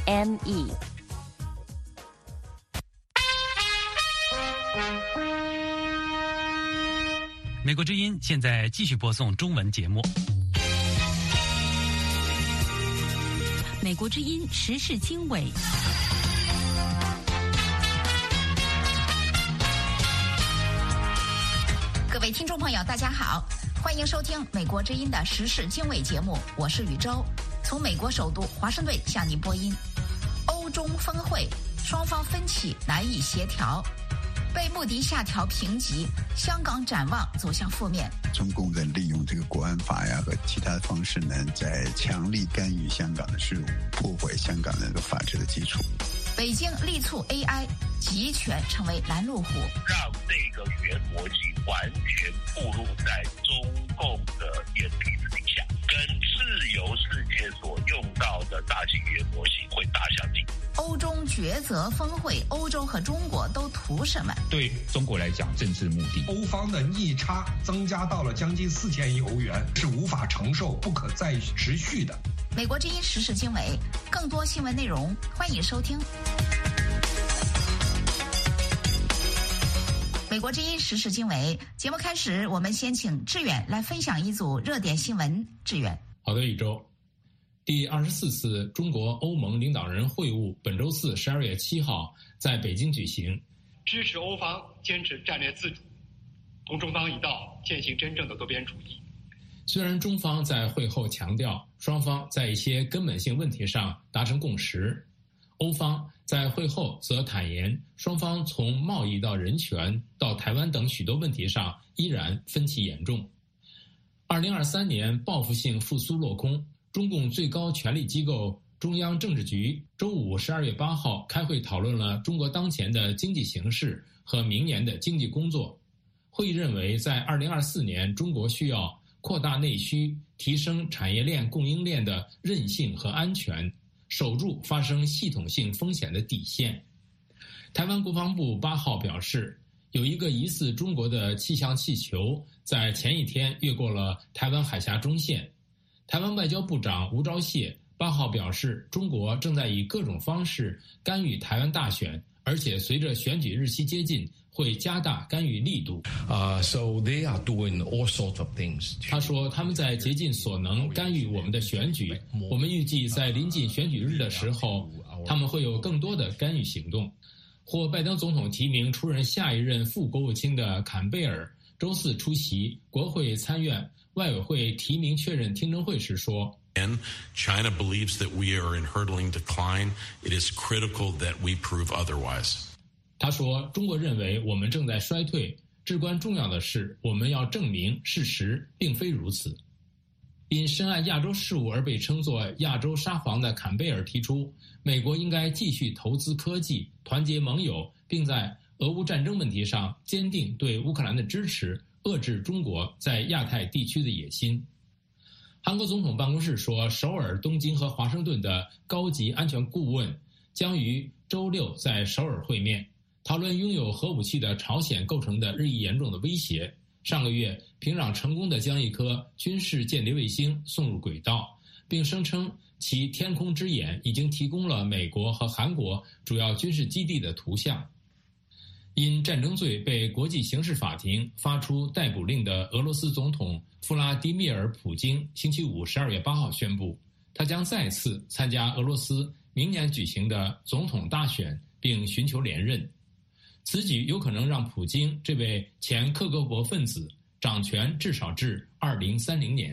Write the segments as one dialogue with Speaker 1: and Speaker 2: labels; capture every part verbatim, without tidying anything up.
Speaker 1: N E。
Speaker 2: 美国之音现在继续播送中文节目。
Speaker 3: 美国之音时事经纬。
Speaker 4: 各位听众朋友，大家好，欢迎收听美国之音的时事经纬节目，我是宇宙，从美国首都华盛顿向您播音。欧中峰会，双方分歧难以协调，被穆迪下调评级，香港展望走向负面。
Speaker 5: 中共在利用这个国安法呀和其他方式呢，在强力干预香港的事务，破坏香港的这个法治的基础。
Speaker 4: 北京力促 A I 集权成为拦路虎，
Speaker 6: 让这个语言模型完全暴露在中共的眼皮子底下，跟自由世界所用到的大型语言模型会大相径庭。
Speaker 4: 欧中抉择峰会，欧洲和中国都图什么？
Speaker 7: 对中国来讲，政治目的。
Speaker 8: 欧方的逆差增加到了将近四千亿欧元，是无法承受、不可再持续的。
Speaker 4: 美国之音时事经纬，更多新闻内容，欢迎收听。美国之音时事经纬节目开始，我们先请志远来分享一组热点新闻。志远，
Speaker 9: 好的，宇宙。第二十四次中国欧盟领导人会晤本周四十二月七号在北京举行，
Speaker 10: 支持欧方坚持战略自主，同中方一道践行真正的多边主义。
Speaker 9: 虽然中方在会后强调双方在一些根本性问题上达成共识，欧方在会后则坦言双方从贸易到人权到台湾等许多问题上依然分歧严重。二零二三年报复性复苏落空，中共最高权力机构中央政治局周五十二月八号开会讨论了中国当前的经济形势和明年的经济工作。会议认为，在二零二四年，中国需要扩大内需，提升产业链供应链的韧性和安全，守住发生系统性风险的底线。台湾国防部八号表示，有一个疑似中国的气象气球在前一天越过了台湾海峡中线。台湾外交部长吴钊燮八号表示，中国正在以各种方式干预台湾大选，而且随着选举日期接近，会加大干预力度。
Speaker 11: Uh, so they are doing all sorts of things.
Speaker 9: 他说，他们在竭尽所能干预我们的选举。我们预计在临近选举日的时候，他们会有更多的干预行动。获拜登总统提名出任下一任副国务卿的坎贝尔周四出席国会参院外委会提名确认听证会时说，
Speaker 12: China believes that we are in hurtling decline. It is critical that we prove otherwise.
Speaker 9: 他说，中国认为我们正在衰退，至关重要的是我们要证明事实并非如此。因深谙亚洲事务而被称作亚洲沙皇的坎贝尔提出，美国应该继续投资科技，团结盟友，并在俄乌战争问题上坚定对乌克兰的支持，遏制中国在亚太地区的野心。韩国总统办公室说，首尔、东京和华盛顿的高级安全顾问将于周六在首尔会面，讨论拥有核武器的朝鲜构成的日益严重的威胁。上个月，平壤成功地将一颗军事间谍卫星送入轨道，并声称其天空之眼已经提供了美国和韩国主要军事基地的图像。因战争罪被国际刑事法庭发出逮捕令的俄罗斯总统弗拉迪米尔·普京星期五十二月八号宣布，他将再次参加俄罗斯明年举行的总统大选，并寻求连任。此举有可能让普京这位前克格勃分子掌权至少至二零三零年。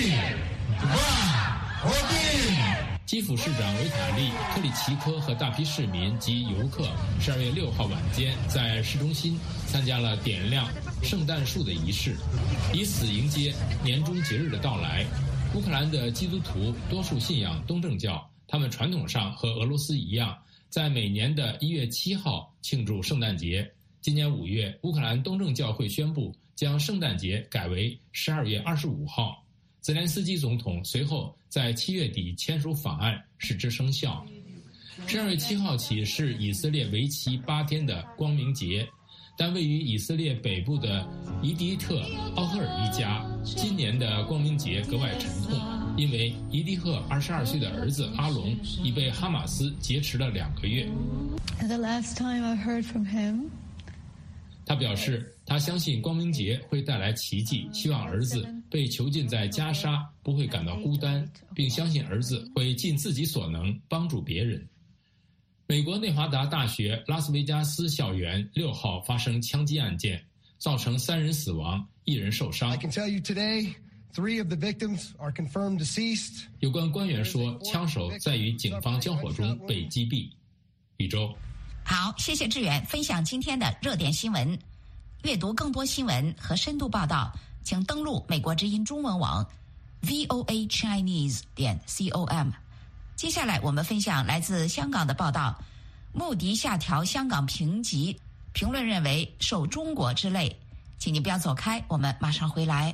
Speaker 9: 基辅市长维塔利·克里奇科和大批市民及游客十二月六号晚间在市中心参加了点亮圣诞树的仪式，以此迎接年终节日的到来。乌克兰的基督徒多数信仰东正教，他们传统上和俄罗斯一样，在每年的一月七号庆祝圣诞节。今年五月，乌克兰东正教会宣布将圣诞节改为十二月二十五号。泽连斯基总统随后在七月底签署法案，使之生效。十二月七号起是以色列为期八天的光明节，但位于以色列北部的伊迪特·奥赫尔一家今年的光明节格外沉痛。 因为伊蒂赫二十二岁的儿子阿龙已被哈马斯劫持了两个月。
Speaker 1: The last time I heard from him,
Speaker 9: 他表示，他相信光明节会带来奇迹，希望儿子被囚禁在加沙不会感到孤单，并相信儿子会尽自己所能帮助别人。美国内华达大学拉斯维加斯校园六号发生枪击案件，造成三人死亡，一人受伤。
Speaker 13: I can tell you today, three of the victims are confirmed deceased.
Speaker 9: 有关官员说，枪手在与警方交火中被击毙。宇宙，
Speaker 4: 好，谢谢志远分享今天的热点新闻。阅读更多新闻和深度报道，请登录美国之音中文网 v o a chinese 点 com。接下来我们分享来自香港的报道，穆迪下调香港评级，评论认为受中国之累。请你不要走开，我们马上回来。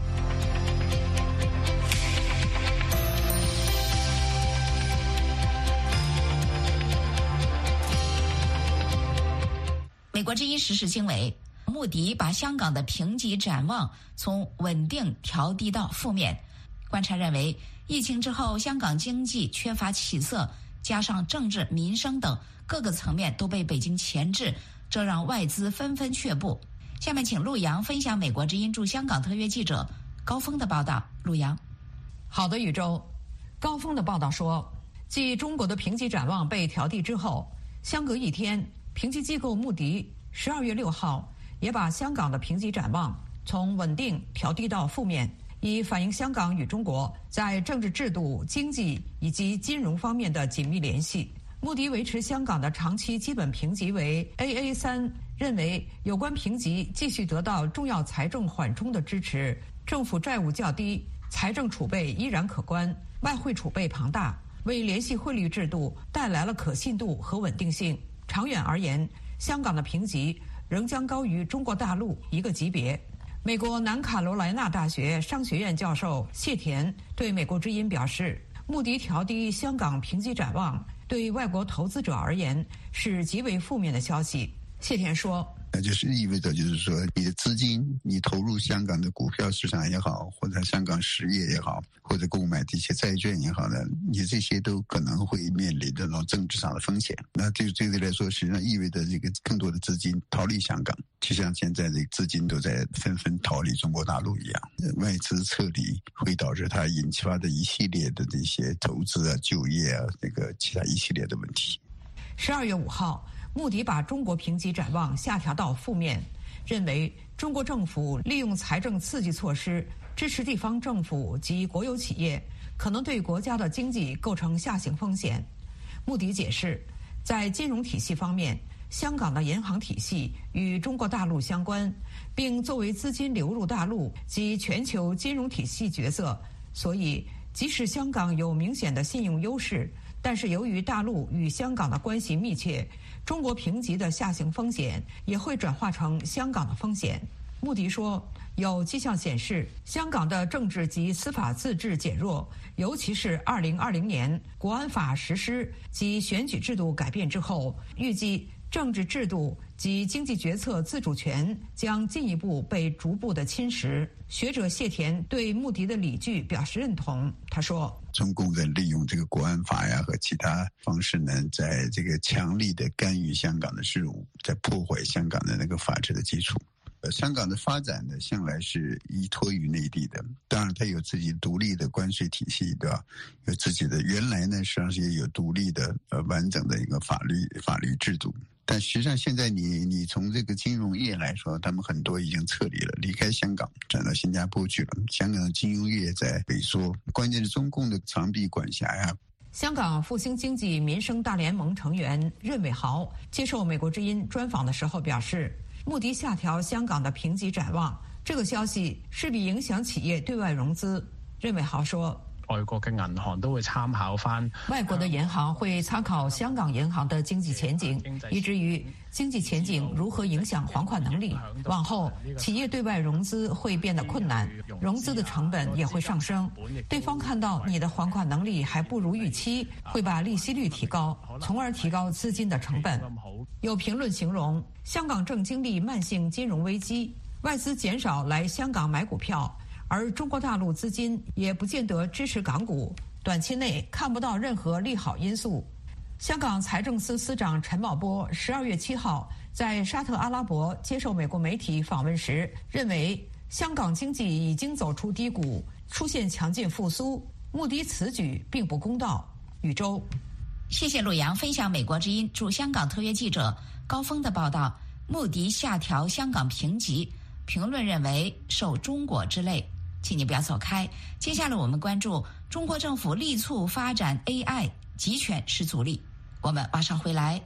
Speaker 4: 美国之音时事经纬，穆迪把香港的评级展望从稳定调低到负面。观察认为，疫情之后香港经济缺乏起色，加上政治民生等各个层面都被北京钳制，这让外资纷纷却步。下面请陆洋分享美国之音驻香港特约记者高峰的报道。陆洋。
Speaker 14: 好的，宇宙。高峰的报道说，继中国的评级展望被调低之后，相隔一天，评级机构穆迪十二月六号也把香港的评级展望从稳定调低到负面，以反映香港与中国在政治制度、经济以及金融方面的紧密联系。穆迪维持香港的长期基本评级为 A A 三， 认为有关评级继续得到重要财政缓冲的支持，政府债务较低，财政储备依然可观，外汇储备庞大，为联系汇率制度带来了可信度和稳定性。长远而言，香港的评级仍将高于中国大陆一个级别。美国南卡罗来纳大学商学院教授谢田对美国之音表示，穆迪调低香港评级展望对外国投资者而言是极为负面的消息。谢田说，
Speaker 5: 那就是意味着就是说你的资金你投入香港的股票市场也好，或者香港实业也好，或者购买这些债券也好呢，你这些都可能会面临这种政治上的风险。那对这个来说实际上意味着这个更多的资金逃离香港，就像现在这个资金都在纷纷逃离中国大陆一样，外资撤离会导致它引发的一系列的这些投资啊、就业啊，这个其他一系列的问题。
Speaker 14: 十二月五号，穆迪把中国评级展望下调到负面，认为中国政府利用财政刺激措施支持地方政府及国有企业，可能对国家的经济构成下行风险。穆迪解释，在金融体系方面，香港的银行体系与中国大陆相关，并作为资金流入大陆及全球金融体系角色，所以即使香港有明显的信用优势，但是由于大陆与香港的关系密切，中国评级的下行风险也会转化成香港的风险。穆迪说，有迹象显示香港的政治及司法自治减弱，尤其是二零二零年国安法实施及选举制度改变之后，预计政治制度及经济决策自主权将进一步被逐步的侵蚀。学者谢田对穆迪的理据表示认同，他说，
Speaker 5: 中共在利用这个国安法呀和其他方式呢，在这个强力的干预香港的事务，在破坏香港的那个法治的基础。呃，香港的发展呢，向来是依托于内地的，当然它有自己独立的关税体系，对吧？有自己的原来呢，实际上是也有独立的呃完整的一个法律法律制度。但实际上现在你你从这个金融业来说，他们很多已经撤离了，离开香港转到新加坡去了。香港的金融业在萎缩，关键是中共的长臂管辖呀。
Speaker 14: 香港复兴经济民生大联盟成员任伟豪接受美国之音专访的时候表示，穆迪下调香港的评级展望，这个消息势必影响企业对外融资。任伟豪说，
Speaker 15: 外國嘅銀行都會參考翻，
Speaker 14: 外國的銀行會參考香港銀行的經濟前景，以至於經濟前景如何影響還款能力。往後企業對外融資會變得困難，融資的成本也會上升。對方看到你的還款能力還不如預期，會把利息率提高，從而提高資金的成本。有評論形容，香港正經歷慢性金融危機，外資減少來香港買股票， 而中国大陆资金也不见得支持港股，短期内看不到任何利好因素。香港财政司司长陈茂波十二月七号在沙特阿拉伯接受美国媒体访问时，认为香港经济已经走出低谷，出现强劲复苏。穆迪此举并不公道。宇宙，
Speaker 4: 谢谢陆阳分享美国之音驻香港特约记者高峰的报道。穆迪下调香港评级，评论认为受中国之累。请你不要走开，接下来我们关注中国政府力促发展 A I， 集权是阻力。我们马上回来。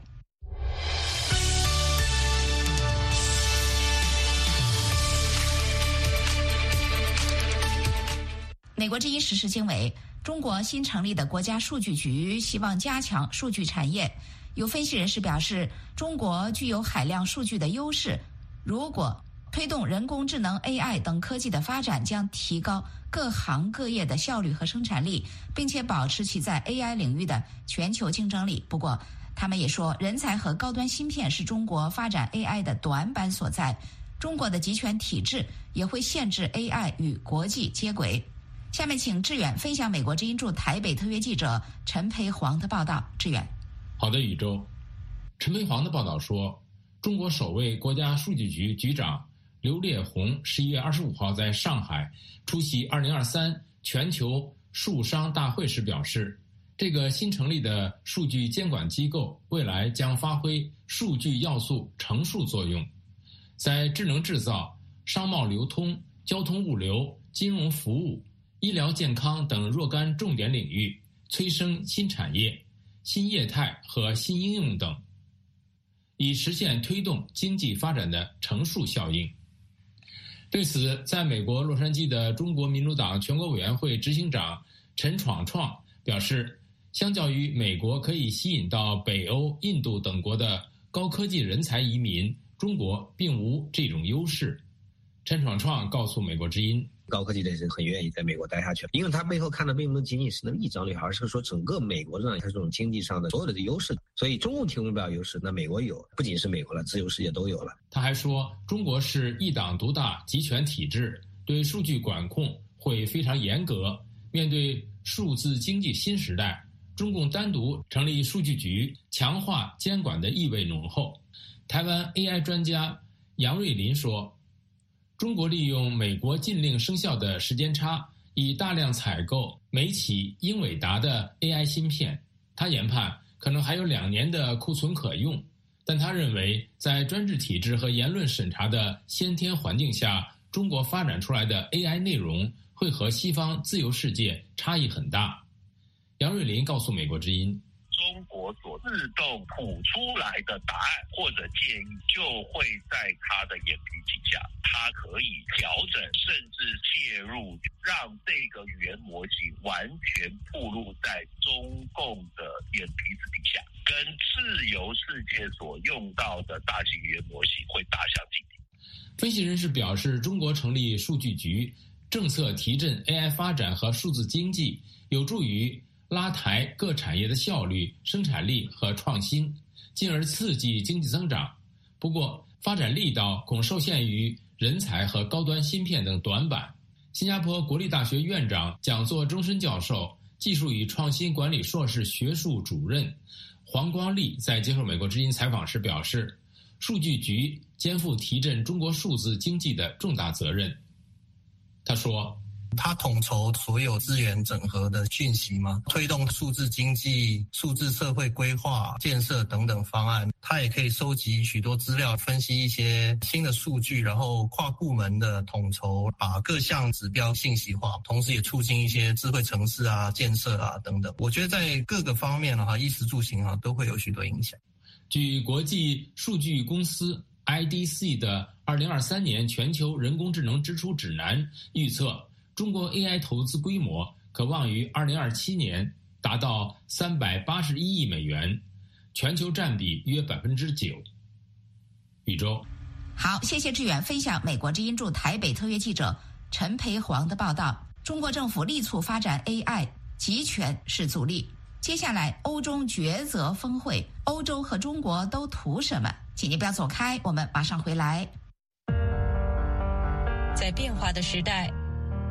Speaker 4: 美国之音时事经纬，中国新成立的国家数据局希望加强数据产业。有分析人士表示，中国具有海量数据的优势，如果推动人工智能 A I 等科技的发展，将提高各行各业的效率和生产力，并且保持其在 A I 领域的全球竞争力。不过他们也说，人才和高端芯片是中国发展 A I 的短板所在，中国的集权体制也会限制 A I 与国际接轨。下面请志远分享美国之音驻台北特约记者陈培煌的报道。志远。
Speaker 9: 好的，宇宙。陈培煌的报道说，中国首位国家数据局局长刘烈宏十一月二十五号在上海出席二零二三全球数商大会时表示，这个新成立的数据监管机构未来将发挥数据要素乘数作用，在智能制造、商贸流通、交通物流、金融服务、医疗健康等若干重点领域催生新产业、新业态和新应用等，以实现推动经济发展的乘数效应。对此，在美国洛杉矶的中国民主党全国委员会执行长陈闯创表示，相较于美国可以吸引到北欧、印度等国的高科技人才移民，中国并无这种优势。陈闯创告诉美国之音，
Speaker 16: 高科技的人很愿意在美国待下去，因为他背后看的并不仅仅是那个一张率，而是说整个美国上它这种经济上的所有的优势。所以中共提供不了优势，那美国有，不仅是美国了，自由世界都有了。
Speaker 9: 他还说，中国是一党独大集权体制，对数据管控会非常严格。面对数字经济新时代，中共单独成立数据局，强化监管的意味浓厚。台湾 A I 专家杨瑞麟说，中国利用美国禁令生效的时间差，以大量采购美企英伟达的 A I 芯片。他研判可能还有两年的库存可用，但他认为在专制体制和言论审查的先天环境下，中国发展出来的 A I 内容会和西方自由世界差异很大。杨瑞麟告诉美国之音，
Speaker 6: 中国所自动谱出来的答案或者建议，就会在他的眼皮底下，他可以调整甚至介入，让这个语言模型完全暴露在中共的眼皮子底下，跟自由世界所用到的大型语言模型会大相径庭。
Speaker 9: 分析人士表示，中国成立数据局，政策提振 A I 发展和数字经济，有助于拉抬各产业的效率、生产力和创新，进而刺激经济增长。不过，发展力道恐受限于人才和高端芯片等短板。新加坡国立大学院长、讲座终身教授、技术与创新管理硕士学术主任黄光利在接受美国之音采访时表示，数据局肩负提振中国数字经济的重大责任。他说，
Speaker 17: 它统筹所有资源整合的讯息嘛，推动数字经济、数字社会规划、建设等等方案。它也可以收集许多资料，分析一些新的数据，然后跨部门的统筹，把各项指标信息化，同时也促进一些智慧城市啊、建设啊等等。我觉得在各个方面啊，衣食住行啊，都会有许多影响。
Speaker 9: 据国际数据公司 I D C 的二零二三年全球人工智能支出指南预测，中国 A I 投资规模可望于二零二七年达到三百八十一亿美元，全球占比约百分之九。宇宙，
Speaker 4: 好，谢谢志远分享美国之音驻台北特约记者陈培煌的报道。中国政府力促发展 A I， 集权是阻力。接下来，欧中抉择峰会，欧洲和中国都图什么？请您不要走开，我们马上回来。
Speaker 3: 在变化的时代，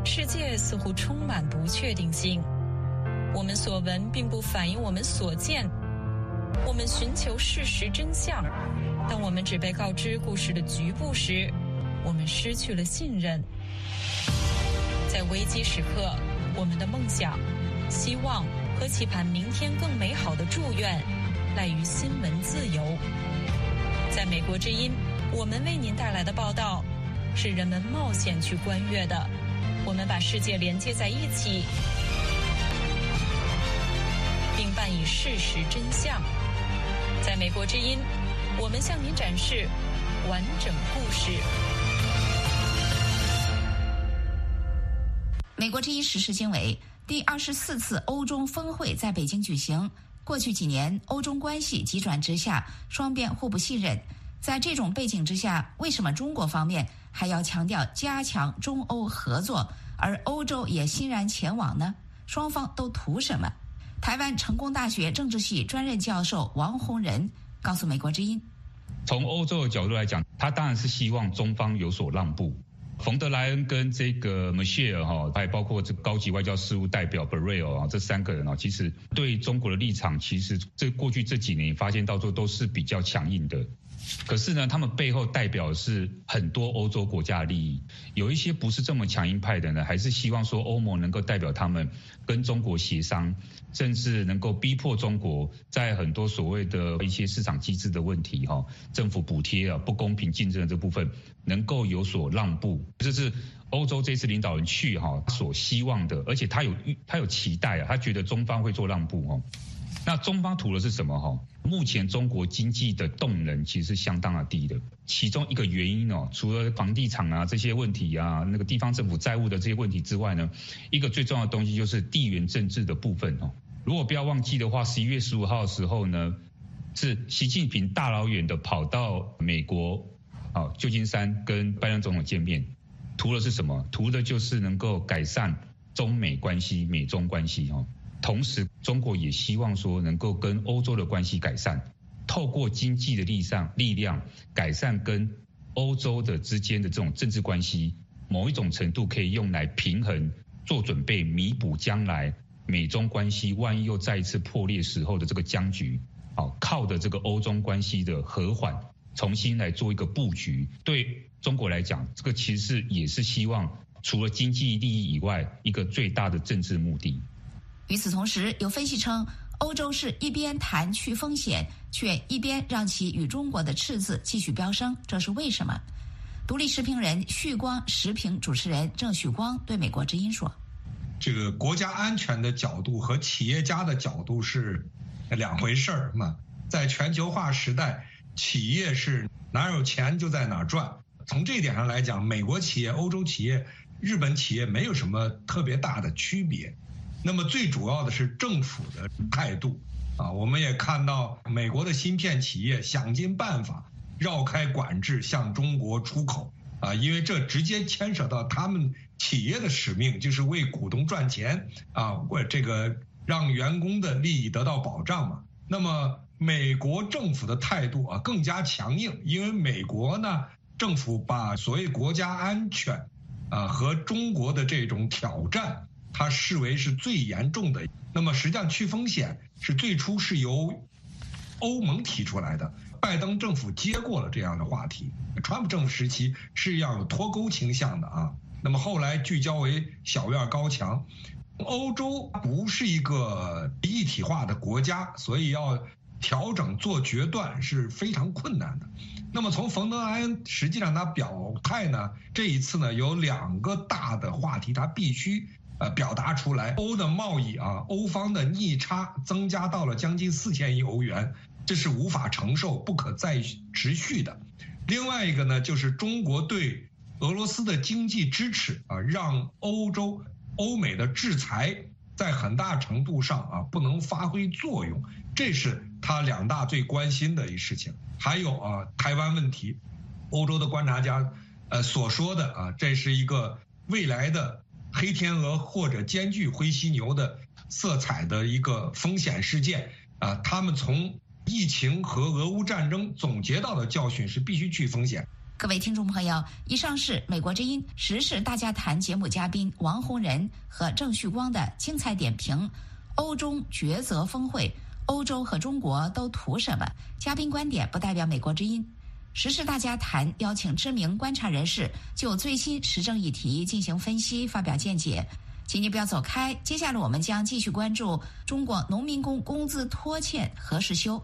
Speaker 18: 世界似乎充满不确定性。我们所闻并不反映我们所见。我们寻求事实真相，当我们只被告知故事的局部时，我们失去了信任。在危机时刻，我们的梦想、希望和期盼明天更美好的祝愿，赖于新闻自由。在美国之音，我们为您带来的报道，是人们冒险去观阅的。我们把世界连接在一起，并伴以事实真相。在美国之音，我们向您展示完整故事。
Speaker 4: 美国之音时事经纬第二十四次欧中峰会在北京举行。过去几年，欧中关系急转直下，双边互不信任。在这种背景之下，为什么中国方面还要强调加强中欧合作，而欧洲也欣然前往呢？双方都图什么？台湾成功大学政治系专任教授王洪仁告诉美国之音，
Speaker 7: 从欧洲的角度来讲，他当然是希望中方有所让步。冯德莱恩跟这个 Michel 哈，还包括这个高级外交事务代表 Borrell 啊，这三个人啊，其实对中国的立场，其实这过去这几年发现到最后都是比较强硬的。可是呢，他们背后代表的是很多欧洲国家的利益，有一些不是这么强硬派的呢，还是希望说欧盟能够代表他们跟中国协商，甚至能够逼迫中国在很多所谓的一些市场机制的问题哈，政府补贴啊、不公平竞争的这部分能够有所让步，这是欧洲这次领导人去哈所希望的，而且他有他有期待啊，他觉得中方会做让步哈。那中方图的是什么哈？目前中国经济的动能其实是相当的低的，其中一个原因哦，除了房地产啊这些问题啊，那个地方政府债务的这些问题之外呢，一个最重要的东西就是地缘政治的部分哦。如果不要忘记的话，十一月十五号的时候呢，是习近平大老远的跑到美国啊旧金山跟拜登总统见面，图的是什么？图的就是能够改善中美关系、美中关系哦。同时，中国也希望说能够跟欧洲的关系改善，透过经济的力上力量改善跟欧洲的之间的这种政治关系，某一种程度可以用来平衡，做准备弥补将来美中关系万一又再一次破裂时候的这个僵局。好，靠的这个欧中关系的和缓，重新来做一个布局。对中国来讲，这个其实也是希望除了经济利益以外，一个最大的政治目的。
Speaker 4: 与此同时，有分析称，欧洲是一边谈去风险，却一边让其与中国的赤字继续飙升，这是为什么？独立时评人旭光时评主持人郑旭光对美国之音说：“
Speaker 8: 这个国家安全的角度和企业家的角度是两回事儿嘛。在全球化时代，企业是哪有钱就在哪赚。从这一点上来讲，美国企业、欧洲企业、日本企业没有什么特别大的区别。那么最主要的是政府的态度啊，我们也看到美国的芯片企业想尽办法绕开管制向中国出口啊，因为这直接牵扯到他们企业的使命，就是为股东赚钱啊，为这个让员工的利益得到保障嘛。那么美国政府的态度啊更加强硬，因为美国呢政府把所谓国家安全啊和中国的这种挑战，它视为是最严重的。那么实际上去风险是最初是由欧盟提出来的，拜登政府接过了这样的话题，川普政府时期是要有脱钩倾向的啊。那么后来聚焦为小院高墙，欧洲不是一个一体化的国家，所以要调整做决断是非常困难的。那么从冯德莱恩实际上他表态呢，这一次呢有两个大的话题，他必须呃表达出来。欧的贸易啊，欧方的逆差增加到了将近四千亿欧元，这是无法承受、不可再持续的。另外一个呢，就是中国对俄罗斯的经济支持啊，让欧洲、欧美的制裁在很大程度上啊不能发挥作用，这是他两大最关心的一事情。还有啊，台湾问题，欧洲的观察家呃所说的啊，这是一个未来的黑天鹅或者兼具灰犀牛的色彩的一个风险事件啊。他们从疫情和俄乌战争总结到的教训是必须去风险。
Speaker 4: 各位听众朋友，以上是美国之音时事大家谈节目嘉宾王洪仁和郑旭光的精彩点评。欧中抉择峰会，欧洲和中国都图什么？嘉宾观点不代表美国之音。时事大家谈邀请知名观察人士就最新时政议题进行分析，发表见解。请你不要走开，接下来我们将继续关注中国农民工工资拖欠何时休。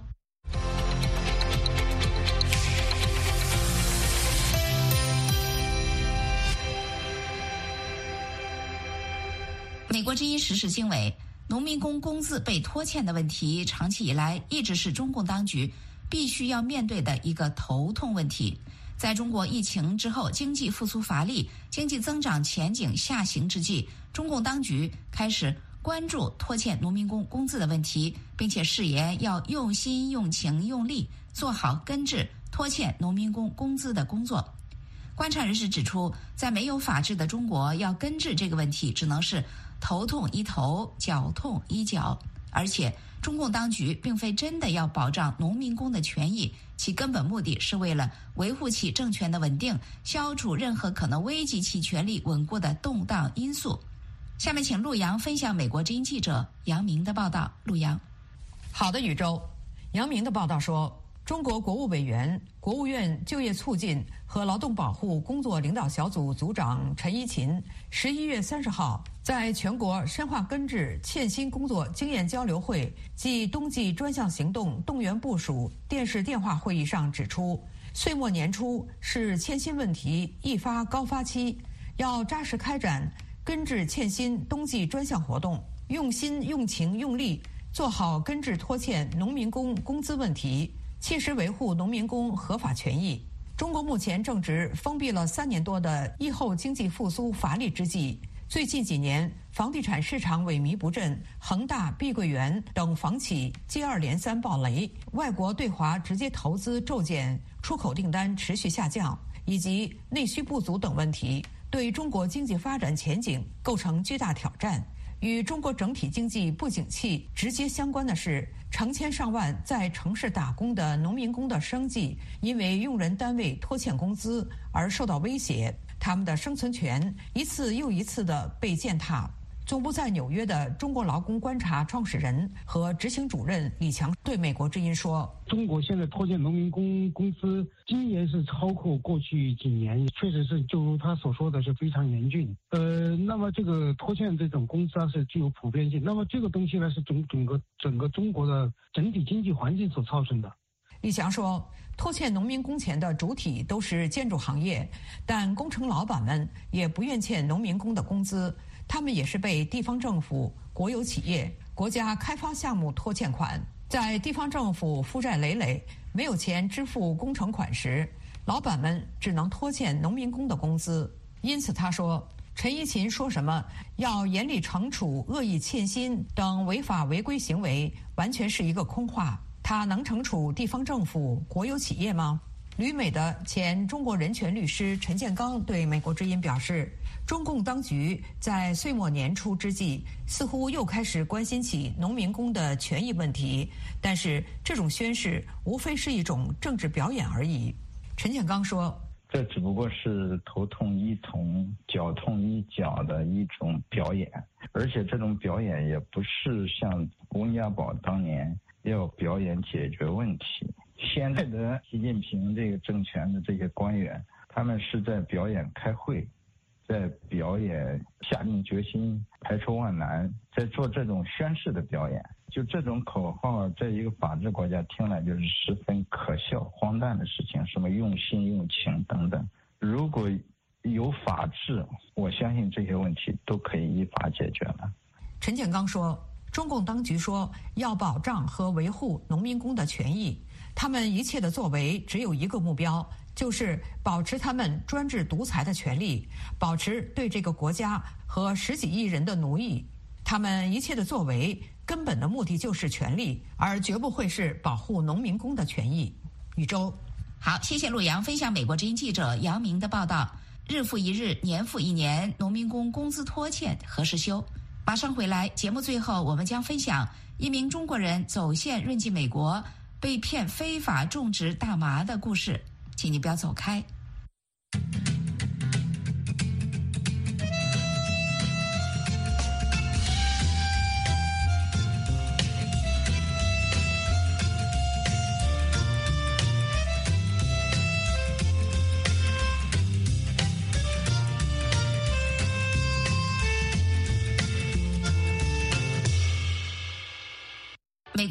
Speaker 4: 美国之音时事经纬，农民工工资被拖欠的问题，长期以来一直是中共当局必须要面对的一个头痛问题。在中国疫情之后，经济复苏乏力，经济增长前景下行之际，中共当局开始关注拖欠农民工工资的问题，并且誓言要用心、用情、用力做好根治拖欠农民工工资的工作。观察人士指出，在没有法治的中国，要根治这个问题，只能是头痛医头，脚痛医脚。而且中共当局并非真的要保障农民工的权益，其根本目的是为了维护其政权的稳定，消除任何可能危及其权力稳固的动荡因素。下面请陆洋分享美国之音记者杨明的报道。陆洋。
Speaker 14: 好的，宇宙。杨明的报道说，中国国务委员、国务院就业促进和劳动保护工作领导小组组长陈一勤十一月三十号在全国深化根治欠薪工作经验交流会暨冬季专项行动动员部署电视电话会议上指出，岁末年初是欠薪问题易发高发期，要扎实开展根治欠薪冬季专项活动，用心、用情、用力做好根治拖欠农民工工资问题，切实维护农民工合法权益。中国目前正值封闭了三年多的疫后经济复苏乏力之际，最近几年房地产市场萎靡不振，恒大、碧桂园等房企接二连三暴雷，外国对华直接投资骤减，出口订单持续下降，以及内需不足等问题，对中国经济发展前景构成巨大挑战。与中国整体经济不景气直接相关的是，成千上万在城市打工的农民工的生计因为用人单位拖欠工资而受到威胁，他们的生存权一次又一次地被践踏。总部在纽约的中国劳工观察创始人和执行主任李强对美国之音说，
Speaker 19: 中国现在拖欠农民工工资今年是超过过去几年，确实是就如他所说的是非常严峻。呃，那么这个拖欠这种工资啊是具有普遍性，那么这个东西呢是整整个整个中国的整体经济环境所造成的。
Speaker 14: 李强说，拖欠农民工钱的主体都是建筑行业，但工程老板们也不愿欠农民工的工资，他们也是被地方政府、国有企业、国家开发项目拖欠款。在地方政府负债累累、没有钱支付工程款时，老板们只能拖欠农民工的工资。因此他说，陈一勤说什么要严厉惩处恶意欠薪等违法违规行为，完全是一个空话。他能惩处地方政府、国有企业吗？旅美的前中国人权律师陈建刚对美国之音表示，中共当局在岁末年初之际，似乎又开始关心起农民工的权益问题，但是这种宣示无非是一种政治表演而已。陈建刚说，
Speaker 20: 这只不过是头痛医头、脚痛医脚的一种表演，而且这种表演也不是像温家宝当年要表演解决问题。现在的习近平这个政权的这些官员，他们是在表演开会，在表演下定决心、排除万难，在做这种宣誓的表演。就这种口号，在一个法治国家听来就是十分可笑、荒诞的事情，什么用心、用情等等。如果有法治，我相信这些问题都可以依法解决了。
Speaker 14: 陈建刚说，中共当局说要保障和维护农民工的权益，他们一切的作为只有一个目标，就是保持他们专制独裁的权利，保持对这个国家和十几亿人的奴役。他们一切的作为根本的目的就是权利，而绝不会是保护农民工的权益。宇宙，
Speaker 4: 好，谢谢陆洋分享美国之音记者杨明的报道。日复一日，年复一年，农民工工资拖欠何时休？马上回来，节目最后我们将分享一名中国人走线润进美国，被骗非法种植大麻的故事，请你不要走开。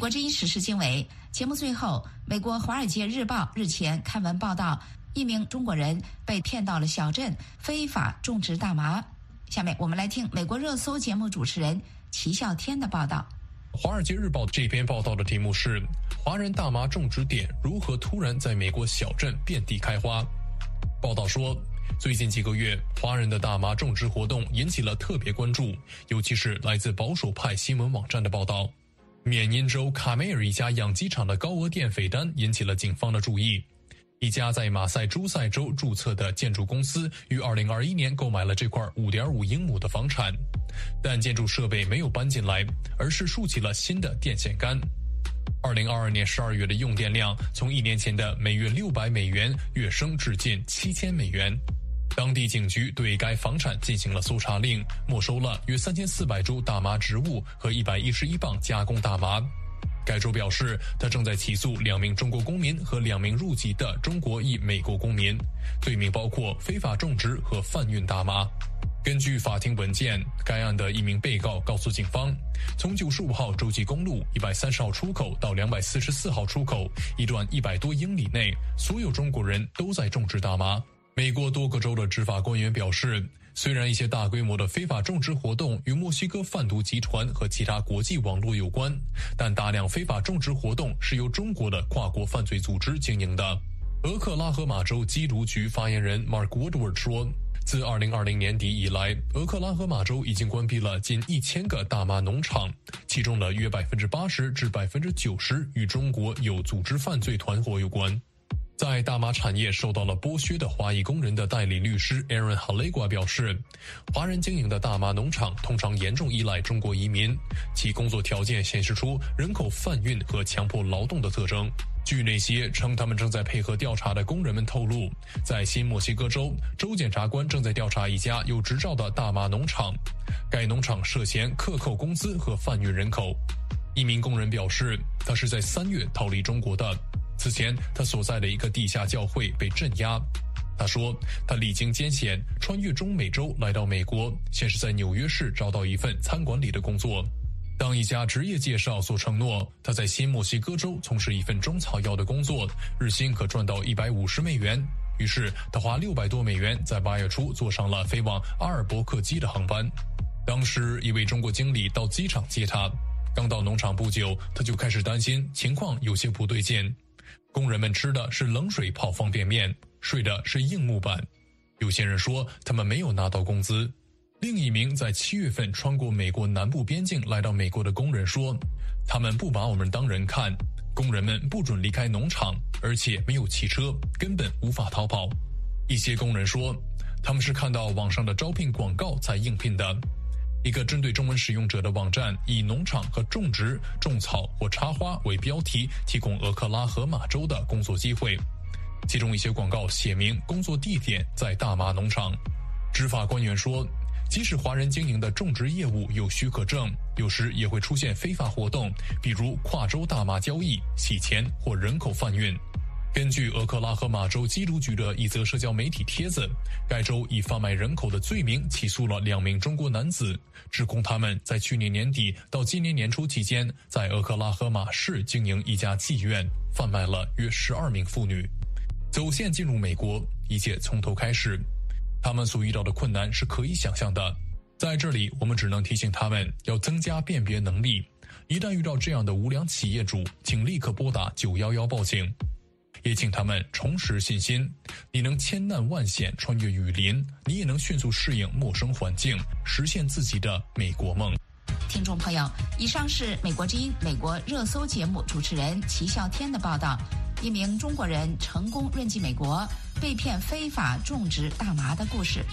Speaker 4: 国之音时事经纬节目最后，美国《华尔街日报》日前刊文报道，一名中国人被骗到了小镇非法种植大麻。下面我们来听美国热搜节目主持人齐笑天的报道。
Speaker 21: 《华尔街日报》这篇报道的题目是华人大麻种植点如何突然在美国小镇遍地开花。报道说，最近几个月华人的大麻种植活动引起了特别关注，尤其是来自保守派新闻网站的报道。缅因州卡梅尔一家养鸡场的高额电费单引起了警方的注意。一家在马赛诸塞州注册的建筑公司于二零二一年购买了这块 五点五英亩的房产，但建筑设备没有搬进来，而是竖起了新的电线杆。二零二二年十二月的用电量从一年前的每月六百美元跃升至近七千美元。当地警局对该房产进行了搜查令，没收了约三千四百株大麻植物和一百一十一磅加工大麻。该州表示，他正在起诉两名中国公民和两名入籍的中国裔美国公民，罪名包括非法种植和贩运大麻。根据法庭文件，该案的一名被告告诉警方，从九十五号洲际公路一百三十号出口到两百四十四号出口一段一百多英里内，所有中国人都在种植大麻。美国多个州的执法官员表示，虽然一些大规模的非法种植活动与墨西哥贩毒集团和其他国际网络有关，但大量非法种植活动是由中国的跨国犯罪组织经营的。俄克拉荷马州缉毒局发言人 Mark Woodward 说，自二零二零年底以来，俄克拉荷马州已经关闭了近一千个大麻农场，其中的约百分之八十至百分之九十与中国有组织犯罪团伙有关。在大麻产业受到了剥削的华裔工人的代理律师 Aaron Halegua 表示，华人经营的大麻农场通常严重依赖中国移民，其工作条件显示出人口贩运和强迫劳动的特征。据那些称他们正在配合调查的工人们透露，在新墨西哥州，州检察官正在调查一家有执照的大麻农场，该农场涉嫌克扣工资和贩运人口。一名工人表示，他是在三月逃离中国的。此前，他所在的一个地下教会被镇压。他说，他历经艰险，穿越中美洲来到美国，先是在纽约市找到一份餐馆里的工作。当一家职业介绍所承诺他在新墨西哥州从事一份中草药的工作，日薪可赚到一百五十美元，于是他花六百多美元在八月初坐上了飞往阿尔伯克基的航班。当时，一位中国经理到机场接他，刚到农场不久，他就开始担心情况有些不对劲。工人们吃的是冷水泡方便面，睡的是硬木板。有些人说他们没有拿到工资。另一名在七月份穿过美国南部边境来到美国的工人说，他们不把我们当人看，工人们不准离开农场，而且没有汽车，根本无法逃跑。一些工人说，他们是看到网上的招聘广告才应聘的。一个针对中文使用者的网站以农场和种植、种草或插花为标题，提供俄克拉荷马州的工作机会。其中一些广告写明工作地点在大麻农场。执法官员说，即使华人经营的种植业务有许可证，有时也会出现非法活动，比如跨州大麻交易、洗钱或人口贩运。根据俄克拉荷马州缉毒局的一则社交媒体帖子，该州以贩卖人口的罪名起诉了两名中国男子，指控他们在去年年底到今年年初期间，在俄克拉荷马市经营一家妓院，贩卖了约十二名妇女。走线进入美国，一切从头开始。他们所遇到的困难是可以想象的。在这里，我们只能提醒他们要增加辨别能力。一旦遇到这样的无良企业主，请立刻拨打九一一报警。也请他们重拾信心，你能千难万险穿越雨林，你也能迅速适应陌生环境，实现自己的美国梦。
Speaker 4: 听众朋友，以上是美国之音美国热搜节目主持人齐笑天的报道，一名中国人成功润进美国，被骗非法种植大麻的故事。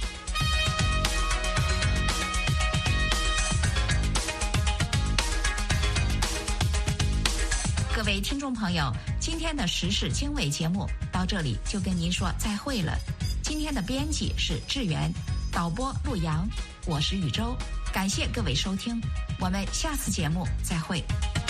Speaker 4: 各位听众朋友，今天的时事经纬节目到这里就跟您说再会了。今天的编辑是志源，导播陆阳，我是宇宙，感谢各位收听，我们下次节目再会。